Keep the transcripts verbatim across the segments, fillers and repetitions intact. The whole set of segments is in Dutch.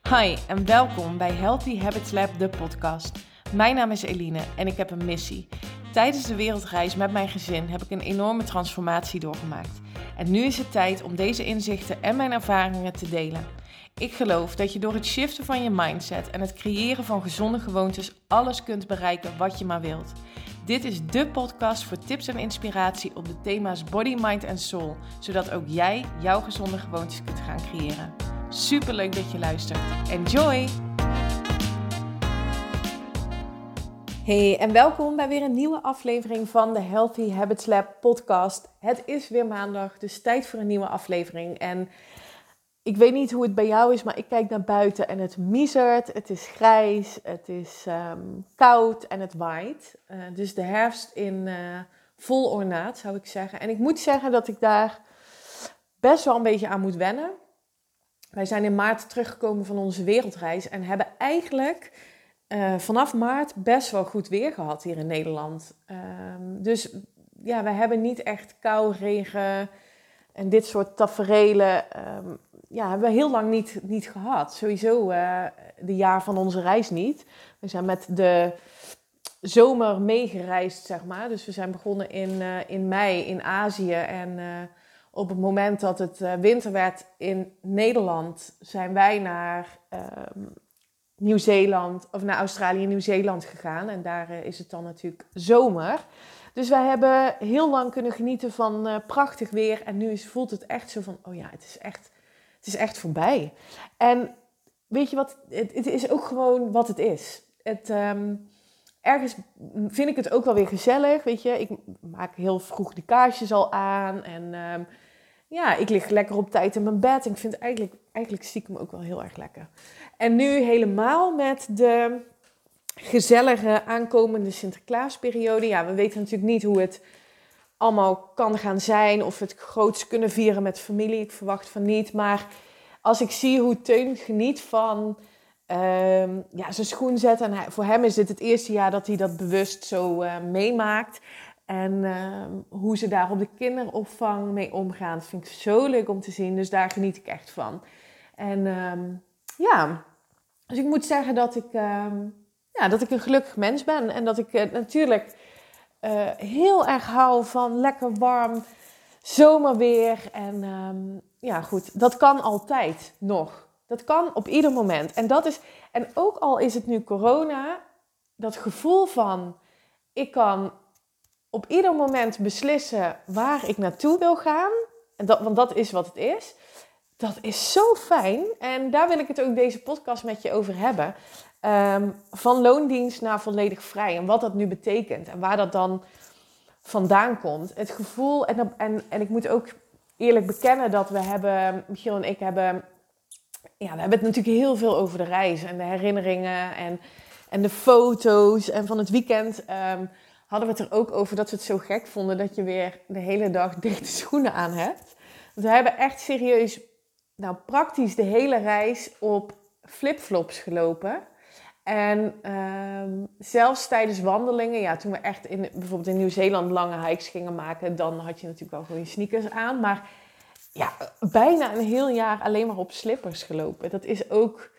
Hi en welkom bij Healthy Habits Lab, de podcast. Mijn naam is Eline en ik heb een missie. Tijdens de wereldreis met mijn gezin heb ik een enorme transformatie doorgemaakt. En nu is het tijd om deze inzichten en mijn ervaringen te delen. Ik geloof dat je door het shiften van je mindset en het creëren van gezonde gewoontes alles kunt bereiken wat je maar wilt. Dit is dé podcast voor tips en inspiratie op de thema's body, mind en soul, zodat ook jij jouw gezonde gewoontes kunt gaan creëren. Super leuk dat je luistert. Enjoy! Hey en welkom bij weer een nieuwe aflevering van de Healthy Habits Lab podcast. Het is weer maandag, dus tijd voor een nieuwe aflevering. En ik weet niet hoe het bij jou is, maar ik kijk naar buiten en het miezert, het is grijs, het is um, koud en het waait. Uh, dus de herfst in uh, vol ornaat, zou ik zeggen. En ik moet zeggen dat ik daar best wel een beetje aan moet wennen. Wij zijn in maart teruggekomen van onze wereldreis en hebben eigenlijk uh, vanaf maart best wel goed weer gehad hier in Nederland. Um, dus ja, we hebben niet echt kou, regen en dit soort taferelen. Um, ja, hebben we heel lang niet, niet gehad. Sowieso uh, de jaar van onze reis niet. We zijn met de zomer meegereisd, zeg maar. Dus we zijn begonnen in, uh, in mei in Azië en Uh, op het moment dat het winter werd in Nederland, zijn wij naar um, Nieuw-Zeeland, of naar Australië en Nieuw-Zeeland gegaan. En daar uh, is het dan natuurlijk zomer. Dus wij hebben heel lang kunnen genieten van uh, prachtig weer. En nu is, voelt het echt zo van, oh ja, het is echt, het is echt voorbij. En weet je wat, het, het is ook gewoon wat het is. Het, um, ergens vind ik het ook wel weer gezellig, weet je. Ik maak heel vroeg de kaarsjes al aan en um, ja, ik lig lekker op tijd in mijn bed. En ik vind het eigenlijk, eigenlijk stiekem ook wel heel erg lekker. En nu helemaal met de gezellige aankomende Sinterklaasperiode. Ja, we weten natuurlijk niet hoe het allemaal kan gaan zijn. Of we het groots kunnen vieren met familie. Ik verwacht van niet. Maar als ik zie hoe Teun geniet van Um, ja, zijn schoen zetten. En hij, voor hem is dit het eerste jaar dat hij dat bewust zo uh, meemaakt. En uh, hoe ze daar op de kinderopvang mee omgaan. Dat vind ik zo leuk om te zien. Dus daar geniet ik echt van. En um, ja, dus ik moet zeggen dat ik, um, ja, dat ik een gelukkig mens ben. En dat ik uh, natuurlijk uh, heel erg hou van lekker warm zomerweer. En um, ja, goed, dat kan altijd nog. Dat kan op ieder moment. En, dat is, en ook al is het nu corona, dat gevoel van ik kan op ieder moment beslissen waar ik naartoe wil gaan. En dat, want dat is wat het is. Dat is zo fijn. En daar wil ik het ook deze podcast met je over hebben. Um, van loondienst naar volledig vrij. En wat dat nu betekent. En waar dat dan vandaan komt. Het gevoel. En, en, en ik moet ook eerlijk bekennen dat we hebben, Michiel en ik hebben. Ja, we hebben het natuurlijk heel veel over de reis en de herinneringen en, en de foto's. En van het weekend um, hadden we het er ook over dat we het zo gek vonden dat je weer de hele dag dichte schoenen aan hebt. Want we hebben echt serieus, nou praktisch de hele reis op flipflops gelopen. En um, zelfs tijdens wandelingen, ja, toen we echt in, bijvoorbeeld in Nieuw-Zeeland lange hikes gingen maken, dan had je natuurlijk wel gewoon je sneakers aan. Maar ja, bijna een heel jaar alleen maar op slippers gelopen. Dat is ook.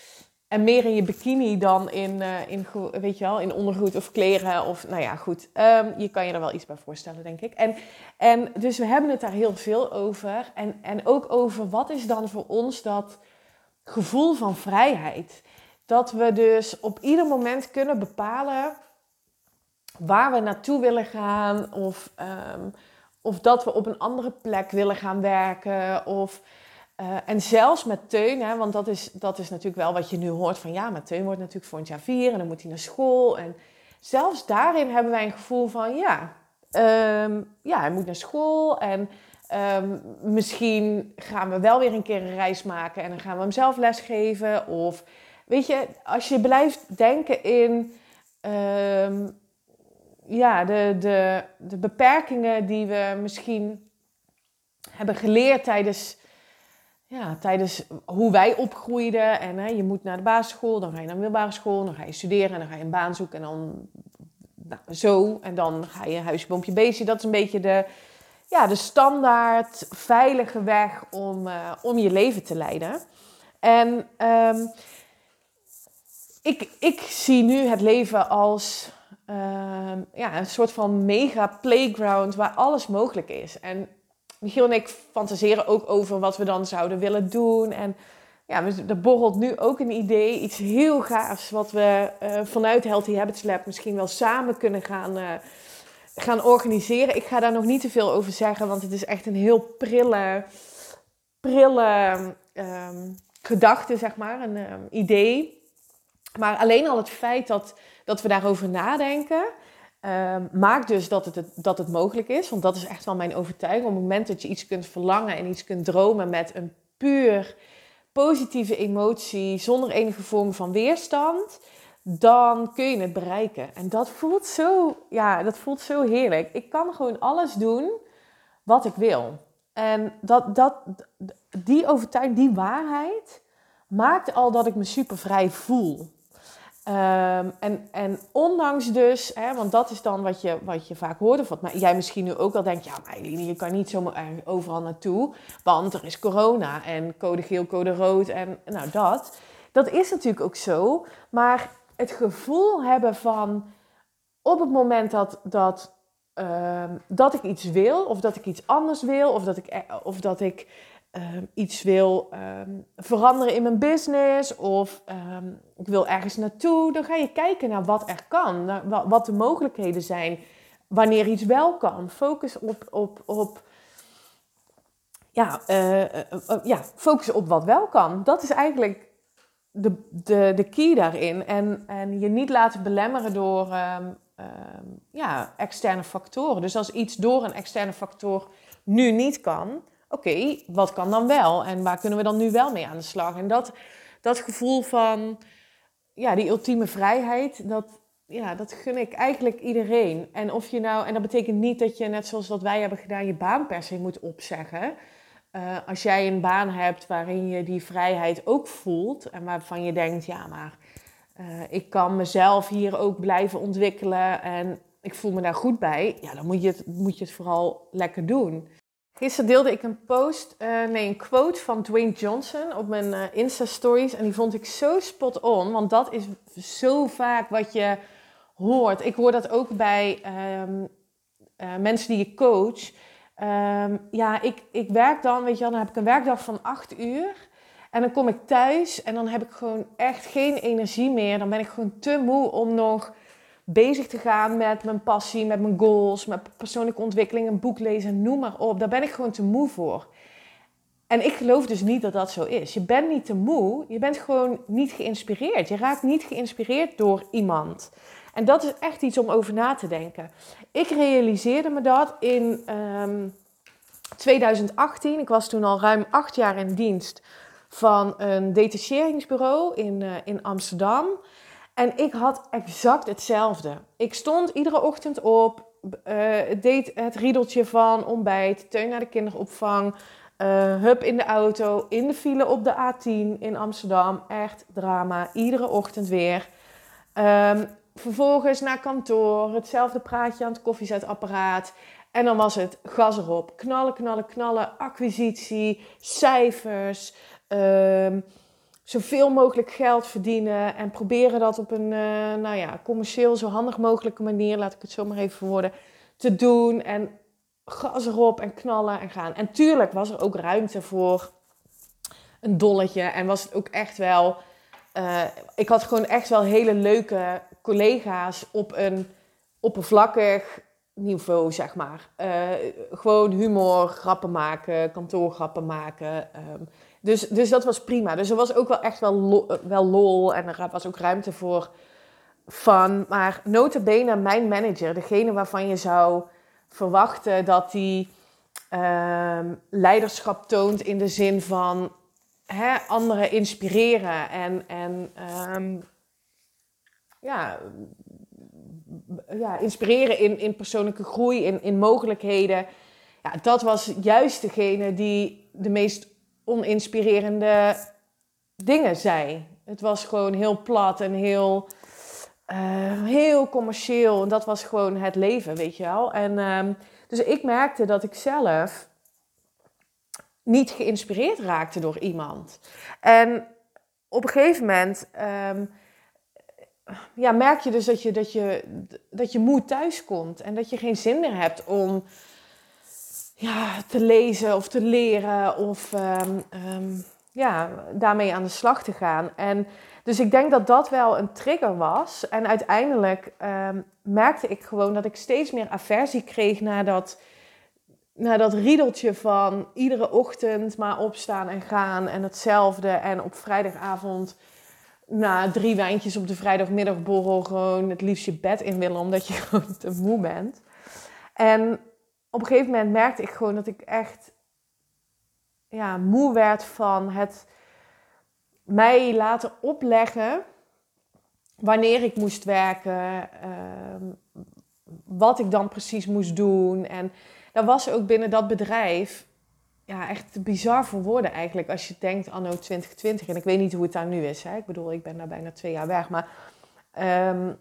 En meer in je bikini dan in, uh, in, weet je wel, in ondergoed of kleren. Of, nou ja, goed. Um, je kan je er wel iets bij voorstellen, denk ik. En, en dus we hebben het daar heel veel over. En, en ook over wat is dan voor ons dat gevoel van vrijheid. Dat we dus op ieder moment kunnen bepalen waar we naartoe willen gaan. Of Um, Of dat we op een andere plek willen gaan werken. Of, uh, en zelfs met Teun, hè, want dat is, dat is natuurlijk wel wat je nu hoort. Van ja, maar Teun wordt natuurlijk volgend jaar vier en dan moet hij naar school. En zelfs daarin hebben wij een gevoel van ja, um, ja hij moet naar school. En um, misschien gaan we wel weer een keer een reis maken en dan gaan we hem zelf lesgeven. Of weet je, als je blijft denken in Um, Ja, de, de, de beperkingen die we misschien hebben geleerd tijdens, ja, tijdens hoe wij opgroeiden. En hè, je moet naar de basisschool, dan ga je naar de middelbare school, dan ga je studeren en dan ga je een baan zoeken. En dan nou, zo, en dan ga je huisje, boompje, beestje. Dat is een beetje de, ja, de standaard veilige weg om, uh, om je leven te leiden. En um, ik, ik zie nu het leven als um, ja, een soort van mega playground waar alles mogelijk is. En Michiel en ik fantaseren ook over wat we dan zouden willen doen. En ja, er borrelt nu ook een idee, iets heel gaafs, wat we uh, vanuit Healthy Habits Lab misschien wel samen kunnen gaan, uh, gaan organiseren. Ik ga daar nog niet te veel over zeggen, want het is echt een heel prille, prille um, gedachte, zeg maar, een um, idee. Maar alleen al het feit dat, dat we daarover nadenken, um, maakt dus dat het, dat het mogelijk is. Want dat is echt wel mijn overtuiging. Op het moment dat je iets kunt verlangen en iets kunt dromen met een puur positieve emotie, zonder enige vorm van weerstand, dan kun je het bereiken. En dat voelt zo, ja, dat voelt zo heerlijk. Ik kan gewoon alles doen wat ik wil. En dat, dat, die overtuiging, die waarheid, maakt al dat ik me super vrij voel. Um, en, en ondanks dus, hè, want dat is dan wat je, wat je vaak hoort, of wat jij misschien nu ook al denkt, ja, maar Eline, je kan niet zomaar overal naartoe, want er is corona en code geel, code rood en nou dat. Dat is natuurlijk ook zo, maar het gevoel hebben van op het moment dat, dat, um, dat ik iets wil, of dat ik iets anders wil, of dat ik, of dat ik um, iets wil um, veranderen in mijn business, of um, ik wil ergens naartoe, dan ga je kijken naar wat er kan, naar wat de mogelijkheden zijn, wanneer iets wel kan. Focus op, op, op, ja, uh, uh, uh, ja, focus op wat wel kan. Dat is eigenlijk de, de, de key daarin. En, en je niet laten belemmeren door um, um, ja, externe factoren. Dus als iets door een externe factor nu niet kan, oké, okay, wat kan dan wel? En waar kunnen we dan nu wel mee aan de slag? En dat, dat gevoel van, ja, die ultieme vrijheid, dat, ja, dat gun ik eigenlijk iedereen. En of je nou, en dat betekent niet dat je, net zoals wat wij hebben gedaan, je baan per se moet opzeggen. Uh, als jij een baan hebt waarin je die vrijheid ook voelt en waarvan je denkt, ja, maar uh, ik kan mezelf hier ook blijven ontwikkelen en ik voel me daar goed bij, ja, dan moet je het, moet je het vooral lekker doen. Gisteren deelde ik een post, uh, nee, een quote van Dwayne Johnson op mijn uh, Insta-stories en die vond ik zo spot on, want dat is zo vaak wat je hoort. Ik hoor dat ook bij um, uh, mensen die je coach. Um, ja, ik, ik werk dan, weet je wel, dan heb ik een werkdag van acht uur. En dan kom ik thuis en dan heb ik gewoon echt geen energie meer. Dan ben ik gewoon te moe om nog bezig te gaan met mijn passie, met mijn goals, met persoonlijke ontwikkeling, een boek lezen, noem maar op. Daar ben ik gewoon te moe voor. En ik geloof dus niet dat dat zo is. Je bent niet te moe, je bent gewoon niet geïnspireerd. Je raakt niet geïnspireerd door iemand. En dat is echt iets om over na te denken. Ik realiseerde me dat in um, twintig achttien. Ik was toen al ruim acht jaar in dienst van een detacheringsbureau in, uh, in Amsterdam. En ik had exact hetzelfde. Ik stond iedere ochtend op, uh, deed het riedeltje van ontbijt, teun naar de kinderopvang, uh, hup in de auto, in de file op de A tien in Amsterdam. Echt drama, iedere ochtend weer. Um, vervolgens naar kantoor, hetzelfde praatje aan het koffiezetapparaat. En dan was het gas erop. Knallen, knallen, knallen, acquisitie, cijfers, um, zoveel mogelijk geld verdienen en proberen dat op een uh, nou ja, commercieel zo handig mogelijke manier, laat ik het zo maar even verwoorden, te doen. En gas erop en knallen en gaan. En tuurlijk was er ook ruimte voor een dolletje en was het ook echt wel... Uh, ik had gewoon echt wel hele leuke collega's op een oppervlakkig niveau, zeg maar. Uh, gewoon humor, grappen maken, kantoorgrappen maken. Um, dus, dus dat was prima. Dus er was ook wel echt wel, lo- wel lol en er was ook ruimte voor fun. Maar nota bene mijn manager, degene waarvan je zou verwachten dat die um, leiderschap toont in de zin van... Hè, anderen inspireren en, en um, ja, ja, inspireren in, in persoonlijke groei, in, in mogelijkheden. Ja, dat was juist degene die de meest oninspirerende dingen zei. Het was gewoon heel plat en heel, uh, heel commercieel. En dat was gewoon het leven, weet je wel. En, um, dus ik merkte dat ik zelf... niet geïnspireerd raakte door iemand. En op een gegeven moment um, ja, merk je dus dat je, dat, je, dat je moe thuis komt. En dat je geen zin meer hebt om ja, te lezen of te leren. Of um, um, ja, daarmee aan de slag te gaan. En dus ik denk dat dat wel een trigger was. En uiteindelijk um, merkte ik gewoon dat ik steeds meer aversie kreeg naar dat... naar dat riedeltje van iedere ochtend maar opstaan en gaan en hetzelfde. En op vrijdagavond na drie wijntjes op de vrijdagmiddagborrel gewoon het liefst je bed in willen, omdat je gewoon te moe bent. En op een gegeven moment merkte ik gewoon dat ik echt ja, moe werd van het mij laten opleggen wanneer ik moest werken, uh, wat ik dan precies moest doen. En dat was ook binnen dat bedrijf ja, echt bizar voor woorden eigenlijk. Als je denkt anno twintig twintig. En ik weet niet hoe het daar nu is. Hè? Ik bedoel, ik ben daar bijna twee jaar weg. Maar um,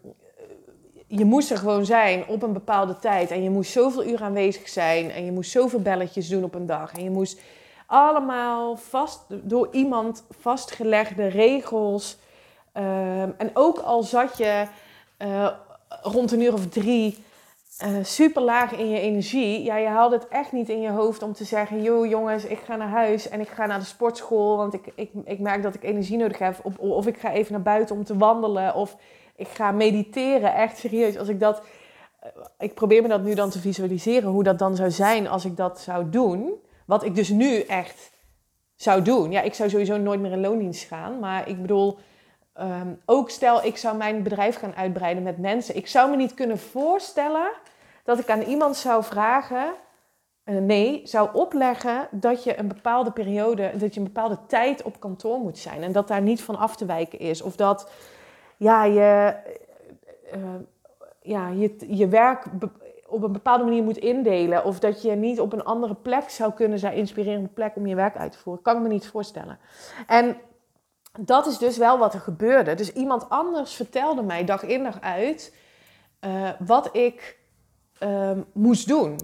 je moest er gewoon zijn op een bepaalde tijd. En je moest zoveel uur aanwezig zijn. En je moest zoveel belletjes doen op een dag. En je moest allemaal vast, door iemand vastgelegde regels. Um, en ook al zat je uh, rond een uur of drie... Uh, super laag in je energie. Ja, je haalde het echt niet in je hoofd om te zeggen... joh jongens, ik ga naar huis en ik ga naar de sportschool... want ik, ik, ik merk dat ik energie nodig heb. Of, of ik ga even naar buiten om te wandelen. Of ik ga mediteren. Echt serieus. Als ik dat... Uh, ik probeer me dat nu dan te visualiseren... hoe dat dan zou zijn als ik dat zou doen. Wat ik dus nu echt zou doen. Ja, ik zou sowieso nooit meer in loondienst gaan. Maar ik bedoel... Um, ook stel, ik zou mijn bedrijf gaan uitbreiden met mensen. Ik zou me niet kunnen voorstellen dat ik aan iemand zou vragen... Uh, nee, zou opleggen dat je een bepaalde periode... dat je een bepaalde tijd op kantoor moet zijn. En dat daar niet van af te wijken is. Of dat ja, je, uh, ja, je, je werk be- op een bepaalde manier moet indelen. Of dat je niet op een andere plek zou kunnen zijn... inspirerende plek om je werk uit te voeren. Kan ik me niet voorstellen. En... dat is dus wel wat er gebeurde. Dus iemand anders vertelde mij dag in dag uit uh, wat ik uh, moest doen.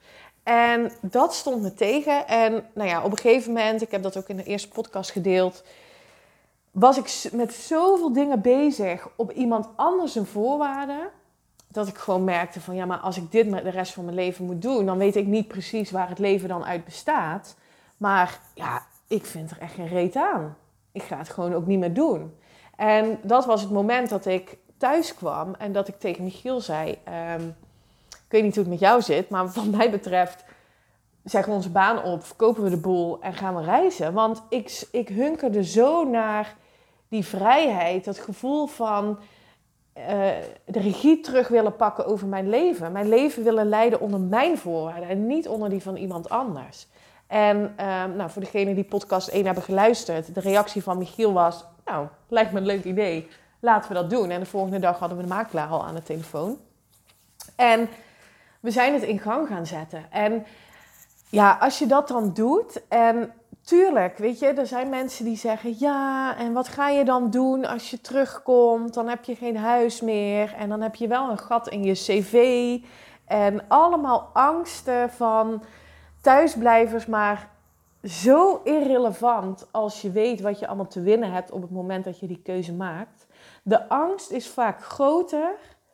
En dat stond me tegen. En nou ja, op een gegeven moment, ik heb dat ook in de eerste podcast gedeeld, was ik met zoveel dingen bezig op iemand anders een voorwaarde, dat ik gewoon merkte van ja, maar als ik dit met de rest van mijn leven moet doen, dan weet ik niet precies waar het leven dan uit bestaat. Maar ja, ik vind er echt geen reet aan. Ik ga het gewoon ook niet meer doen. En dat was het moment dat ik thuis kwam en dat ik tegen Michiel zei... Um, ik weet niet hoe het met jou zit, maar wat mij betreft... zeggen we onze baan op, verkopen we de boel en gaan we reizen. Want ik, ik hunkerde zo naar die vrijheid, dat gevoel van... Uh, de regie terug willen pakken over mijn leven. Mijn leven willen leiden onder mijn voorwaarden en niet onder die van iemand anders. En um, nou, voor degenen die podcast één hebben geluisterd, de reactie van Michiel was, nou, lijkt me een leuk idee, laten we dat doen. En de volgende dag hadden we de makelaar al aan de telefoon. En we zijn het in gang gaan zetten. En ja, als je dat dan doet, en tuurlijk, weet je, er zijn mensen die zeggen, ja, en wat ga je dan doen als je terugkomt? Dan heb je geen huis meer en dan heb je wel een gat in je cv. En allemaal angsten van thuisblijvers, maar zo irrelevant als je weet wat je allemaal te winnen hebt op het moment dat je die keuze maakt. De angst is vaak groter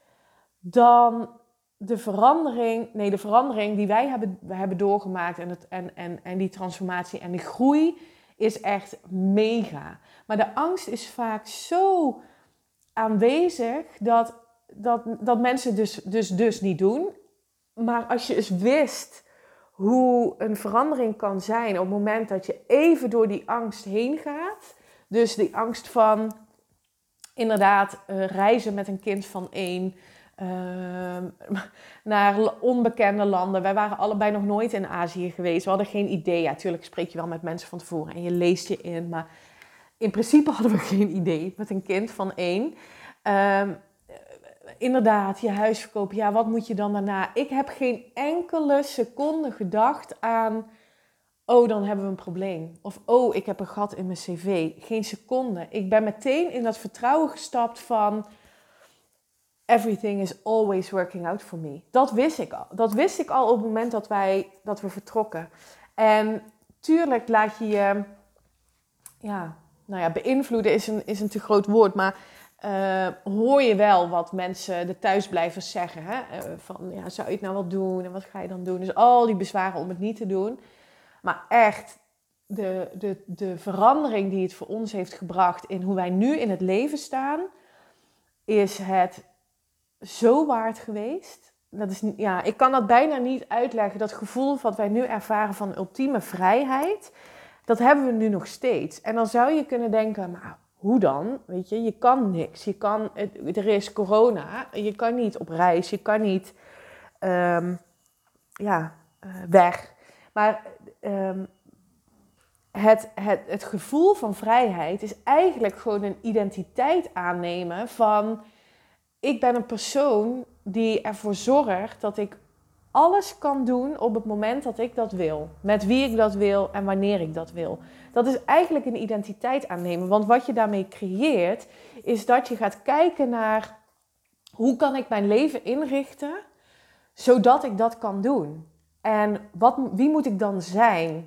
dan de verandering, nee, de verandering die wij hebben, hebben doorgemaakt en, het, en, en, en die transformatie en die groei is echt mega. Maar de angst is vaak zo aanwezig dat, dat, dat mensen dus, dus, dus niet doen. Maar als je eens wist hoe een verandering kan zijn op het moment dat je even door die angst heen gaat. Dus die angst van inderdaad uh, reizen met een kind van één... Uh, naar onbekende landen. Wij waren allebei nog nooit in Azië geweest. We hadden geen idee. Ja, natuurlijk spreek je wel met mensen van tevoren en je leest je in. Maar in principe hadden we geen idee met een kind van één. Uh, inderdaad, je huis verkopen. Ja, wat moet je dan daarna? Ik heb geen enkele seconde gedacht aan... oh, dan hebben we een probleem. Of oh, ik heb een gat in mijn cv. Geen seconde. Ik ben meteen in dat vertrouwen gestapt van... everything is always working out for me. Dat wist ik al. Dat wist ik al op het moment dat, wij, dat we vertrokken. En tuurlijk laat je je, ja, nou ja, beïnvloeden is een, is een te groot woord, maar uh, hoor je wel wat mensen, de thuisblijvers zeggen. Hè? Uh, van, ja, zou je het nou wel doen en wat ga je dan doen? Dus al die bezwaren om het niet te doen. Maar echt, de, de, de verandering die het voor ons heeft gebracht in hoe wij nu in het leven staan, is het zo waard geweest. Dat is, ja, ik kan dat bijna niet uitleggen. Dat gevoel wat wij nu ervaren van ultieme vrijheid, dat hebben we nu nog steeds. En dan zou je kunnen denken, maar hoe dan? Weet je, je kan niks. Je kan, er is corona. Je kan niet op reis. Je kan niet um, ja, uh, weg. Maar um, het, het, het gevoel van vrijheid is eigenlijk gewoon een identiteit aannemen van, ik ben een persoon die ervoor zorgt dat ik alles kan doen op het moment dat ik dat wil. Met wie ik dat wil en wanneer ik dat wil. Dat is eigenlijk een identiteit aannemen. Want wat je daarmee creëert, is dat je gaat kijken naar, hoe kan ik mijn leven inrichten, zodat ik dat kan doen. En wat, wie moet ik dan zijn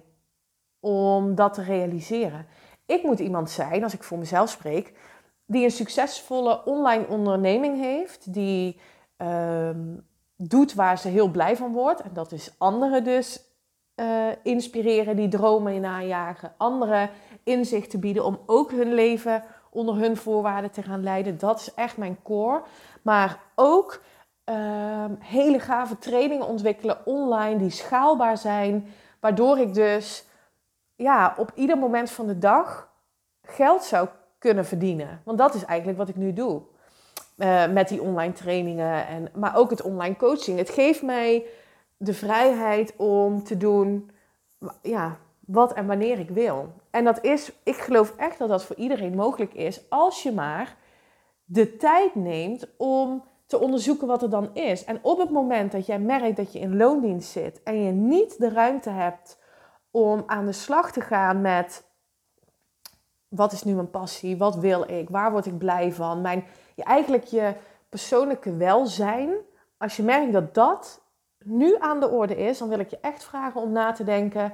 om dat te realiseren? Ik moet iemand zijn, als ik voor mezelf spreek, die een succesvolle online onderneming heeft, die um, doet waar ze heel blij van wordt. En dat is anderen dus uh, inspireren, die dromen najagen. Anderen inzicht bieden om ook hun leven onder hun voorwaarden te gaan leiden. Dat is echt mijn core. Maar ook uh, hele gave trainingen ontwikkelen online die schaalbaar zijn. Waardoor ik dus ja, op ieder moment van de dag geld zou kunnen verdienen. Want dat is eigenlijk wat ik nu doe. Uh, met die online trainingen, en, maar ook het online coaching. Het geeft mij de vrijheid om te doen ja, wat en wanneer ik wil. En dat is, ik geloof echt dat dat voor iedereen mogelijk is, als je maar de tijd neemt om te onderzoeken wat er dan is. En op het moment dat jij merkt dat je in loondienst zit en je niet de ruimte hebt om aan de slag te gaan met, wat is nu mijn passie? Wat wil ik? Waar word ik blij van? Mijn, je, eigenlijk je persoonlijke welzijn. Als je merkt dat dat nu aan de orde is, dan wil ik je echt vragen om na te denken.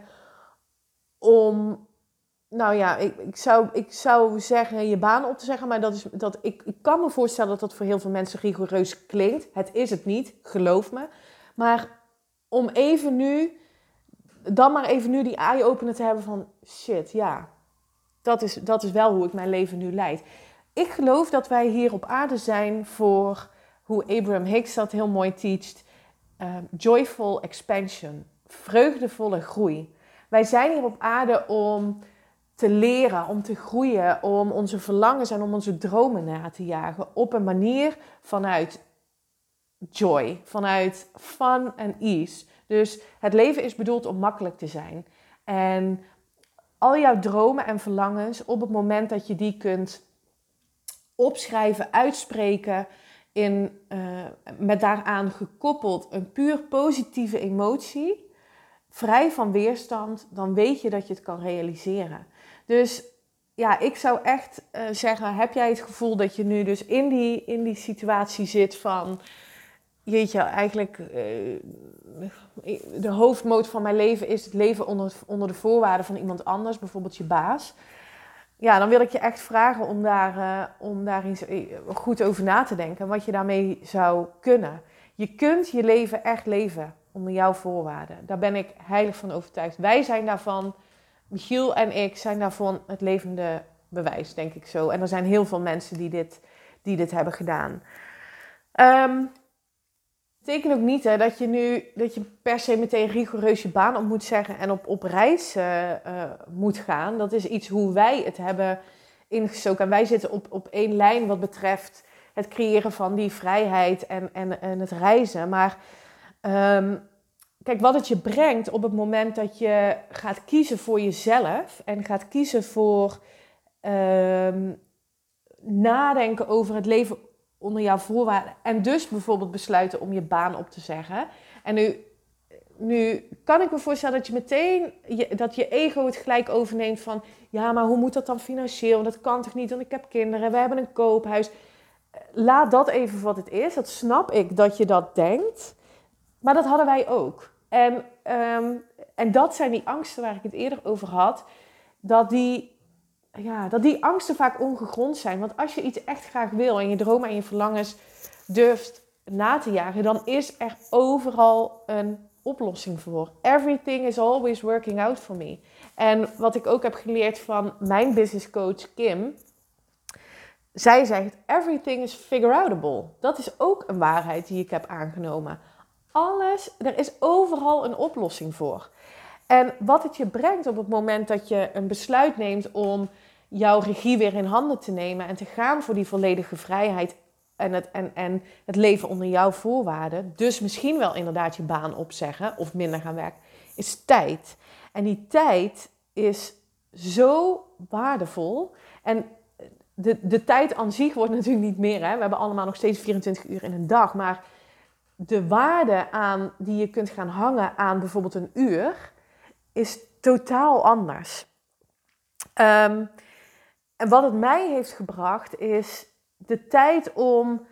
Om, nou ja, ik, ik, zou, ik zou zeggen je baan op te zeggen. Maar dat is, dat, ik, ik kan me voorstellen dat dat voor heel veel mensen rigoureus klinkt. Het is het niet, geloof me. Maar om even nu, dan maar even nu die eye-opener te hebben van, shit, ja. Dat is, dat is wel hoe ik mijn leven nu leid. Ik geloof dat wij hier op aarde zijn voor, hoe Abraham Hicks dat heel mooi teacht, uh, joyful expansion, vreugdevolle groei. Wij zijn hier op aarde om te leren, om te groeien, om onze verlangens en om onze dromen na te jagen op een manier vanuit joy, vanuit fun en ease. Dus het leven is bedoeld om makkelijk te zijn. En al jouw dromen en verlangens, op het moment dat je die kunt opschrijven, uitspreken, in, uh, met daaraan gekoppeld een puur positieve emotie, vrij van weerstand, dan weet je dat je het kan realiseren. Dus ja, ik zou echt uh, zeggen, heb jij het gevoel dat je nu dus in die, in die situatie zit van, jeetje, eigenlijk uh, de hoofdmoot van mijn leven is het leven onder, onder de voorwaarden van iemand anders, bijvoorbeeld je baas. Ja, dan wil ik je echt vragen om daar, uh, om daar eens goed over na te denken, wat je daarmee zou kunnen. Je kunt je leven echt leven onder jouw voorwaarden. Daar ben ik heilig van overtuigd. Wij zijn daarvan, Michiel en ik zijn daarvan het levende bewijs, denk ik zo. En er zijn heel veel mensen die dit, die dit hebben gedaan. Um, betekent ook niet hè, dat je nu dat je per se meteen rigoureus je baan op moet zeggen en op, op reis uh, uh, moet gaan. Dat is iets hoe wij het hebben ingestoken. En wij zitten op, op één lijn wat betreft het creëren van die vrijheid en, en, en het reizen. Maar um, kijk, wat het je brengt op het moment dat je gaat kiezen voor jezelf en gaat kiezen voor um, nadenken over het leven onder jouw voorwaarden. En dus bijvoorbeeld besluiten om je baan op te zeggen. En nu, nu kan ik me voorstellen dat je meteen, je, dat je ego het gelijk overneemt van, ja, maar hoe moet dat dan financieel? Dat kan toch niet, want ik heb kinderen, we hebben een koophuis. Laat dat even wat het is. Dat snap ik dat je dat denkt. Maar dat hadden wij ook. En um, en dat zijn die angsten waar ik het eerder over had, dat die, ja, dat die angsten vaak ongegrond zijn. Want als je iets echt graag wil en je dromen en je verlangens durft na te jagen, dan is er overal een oplossing voor. Everything is always working out for me. En wat ik ook heb geleerd van mijn business coach Kim, zij zegt, everything is figure-outable. Dat is ook een waarheid die ik heb aangenomen. Alles, er is overal een oplossing voor. En wat het je brengt op het moment dat je een besluit neemt om jouw regie weer in handen te nemen en te gaan voor die volledige vrijheid en het, en, en het leven onder jouw voorwaarden, dus misschien wel inderdaad je baan opzeggen of minder gaan werken, is tijd. En die tijd is zo waardevol. En de, de tijd aan zich wordt natuurlijk niet meer. Hè? We hebben allemaal nog steeds vierentwintig uur in een dag. Maar de waarde aan, die je kunt gaan hangen aan bijvoorbeeld een uur, is totaal anders. Um, en wat het mij heeft gebracht, is de tijd om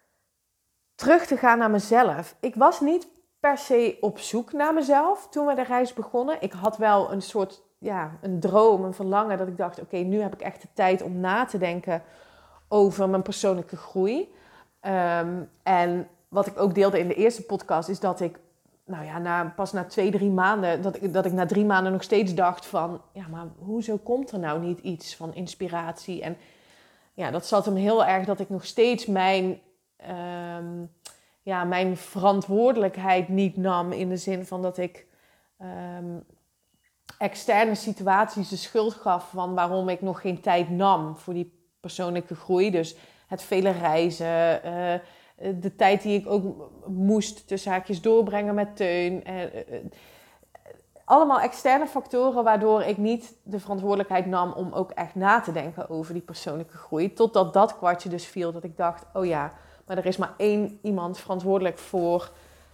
terug te gaan naar mezelf. Ik was niet per se op zoek naar mezelf toen we de reis begonnen. Ik had wel een soort, ja, een droom, een verlangen dat ik dacht, oké, okay, nu heb ik echt de tijd om na te denken over mijn persoonlijke groei. Um, en wat ik ook deelde in de eerste podcast is dat ik, nou ja, na, pas na twee, drie maanden, dat ik, dat ik na drie maanden nog steeds dacht van, ja, maar hoezo komt er nou niet iets van inspiratie? En ja, dat zat hem heel erg dat ik nog steeds mijn, um, ja, mijn verantwoordelijkheid niet nam in de zin van dat ik um, externe situaties de schuld gaf van waarom ik nog geen tijd nam voor die persoonlijke groei. Dus het vele reizen, uh, de tijd die ik ook moest tussen haakjes doorbrengen met Teun. Uh, uh, allemaal externe factoren waardoor ik niet de verantwoordelijkheid nam om ook echt na te denken over die persoonlijke groei. Totdat dat kwartje dus viel, dat ik dacht, oh ja, maar er is maar één iemand verantwoordelijk voor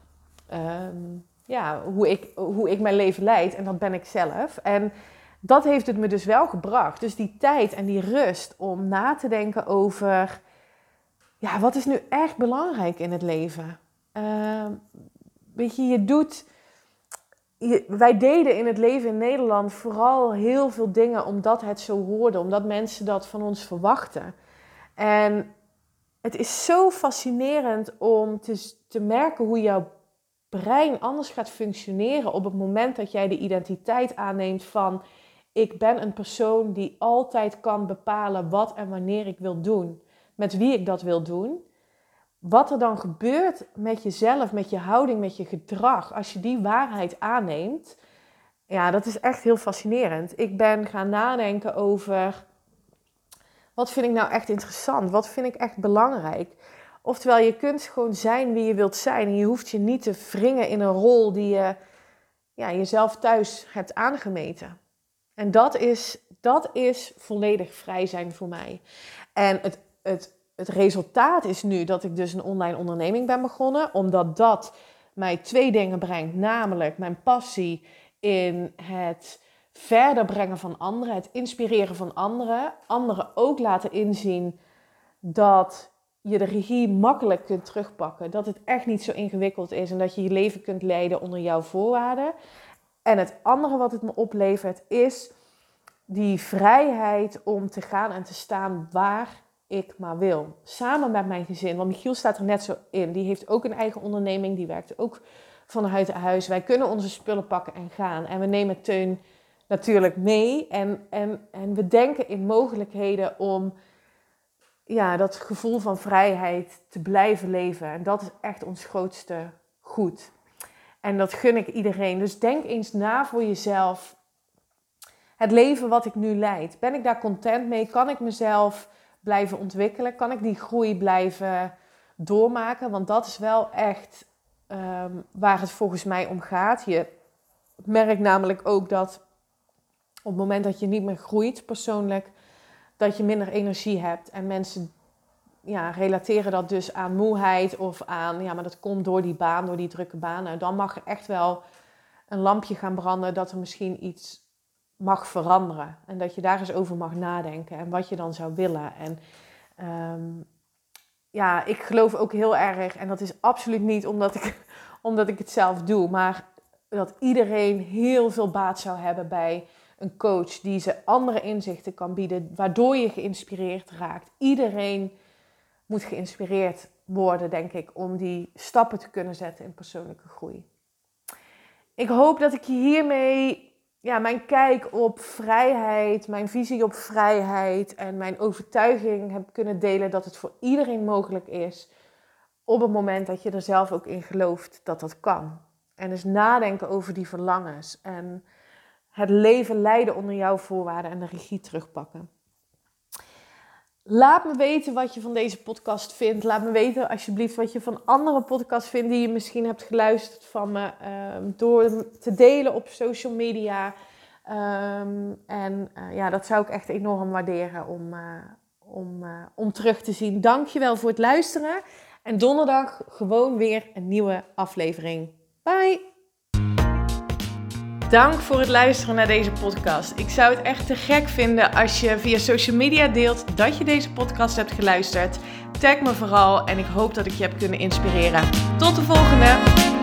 um, ja, hoe, ik, hoe ik mijn leven leid. En dat ben ik zelf. En dat heeft het me dus wel gebracht. Dus die tijd en die rust om na te denken over, ja, wat is nu echt belangrijk in het leven? Uh, weet je, je doet... Je, wij deden in het leven in Nederland vooral heel veel dingen omdat het zo hoorde. Omdat mensen dat van ons verwachten. En het is zo fascinerend om te, te merken hoe jouw brein anders gaat functioneren op het moment dat jij de identiteit aanneemt van, ik ben een persoon die altijd kan bepalen wat en wanneer ik wil doen. Met wie ik dat wil doen. Wat er dan gebeurt met jezelf, met je houding, met je gedrag, als je die waarheid aanneemt, ja, dat is echt heel fascinerend. Ik ben gaan nadenken over, wat vind ik nou echt interessant? Wat vind ik echt belangrijk? Oftewel, je kunt gewoon zijn wie je wilt zijn. En je hoeft je niet te wringen in een rol die je, ja, jezelf thuis hebt aangemeten. En dat is, dat is volledig vrij zijn voor mij. En het, het, het resultaat is nu dat ik dus een online onderneming ben begonnen. Omdat dat mij twee dingen brengt. Namelijk mijn passie in het verder brengen van anderen. Het inspireren van anderen. Anderen ook laten inzien dat je de regie makkelijk kunt terugpakken. Dat het echt niet zo ingewikkeld is. En dat je je leven kunt leiden onder jouw voorwaarden. En het andere wat het me oplevert is die vrijheid om te gaan en te staan waar ik maar wil. Samen met mijn gezin. Want Michiel staat er net zo in. Die heeft ook een eigen onderneming. Die werkt ook vanuit huis. Wij kunnen onze spullen pakken en gaan. En we nemen Teun natuurlijk mee. En, en, en we denken in mogelijkheden om, ja, dat gevoel van vrijheid te blijven leven. En dat is echt ons grootste goed. En dat gun ik iedereen. Dus denk eens na voor jezelf. Het leven wat ik nu leid. Ben ik daar content mee? Kan ik mezelf blijven ontwikkelen? Kan ik die groei blijven doormaken? Want dat is wel echt um, waar het volgens mij om gaat. Je merkt namelijk ook dat op het moment dat je niet meer groeit persoonlijk, dat je minder energie hebt. En mensen, ja, relateren dat dus aan moeheid of aan, ja, maar dat komt door die baan, door die drukke baan. Nou, dan mag er echt wel een lampje gaan branden dat er misschien iets mag veranderen. En dat je daar eens over mag nadenken en wat je dan zou willen. En um, ja, ik geloof ook heel erg, en dat is absoluut niet omdat ik, omdat ik het zelf doe, maar dat iedereen heel veel baat zou hebben bij een coach die ze andere inzichten kan bieden, waardoor je geïnspireerd raakt. Iedereen moet geïnspireerd worden, denk ik, om die stappen te kunnen zetten in persoonlijke groei. Ik hoop dat ik je hiermee ja, mijn kijk op vrijheid, mijn visie op vrijheid en mijn overtuiging heb kunnen delen dat het voor iedereen mogelijk is op het moment dat je er zelf ook in gelooft dat dat kan. En dus nadenken over die verlangens en het leven leiden onder jouw voorwaarden en de regie terugpakken. Laat me weten wat je van deze podcast vindt. Laat me weten alsjeblieft wat je van andere podcasts vindt die je misschien hebt geluisterd van me. Um, door te delen op social media. Um, en uh, ja, dat zou ik echt enorm waarderen om, uh, om, uh, om terug te zien. Dankjewel voor het luisteren. En donderdag gewoon weer een nieuwe aflevering. Bye! Dank voor het luisteren naar deze podcast. Ik zou het echt te gek vinden als je via social media deelt dat je deze podcast hebt geluisterd. Tag me vooral en ik hoop dat ik je heb kunnen inspireren. Tot de volgende!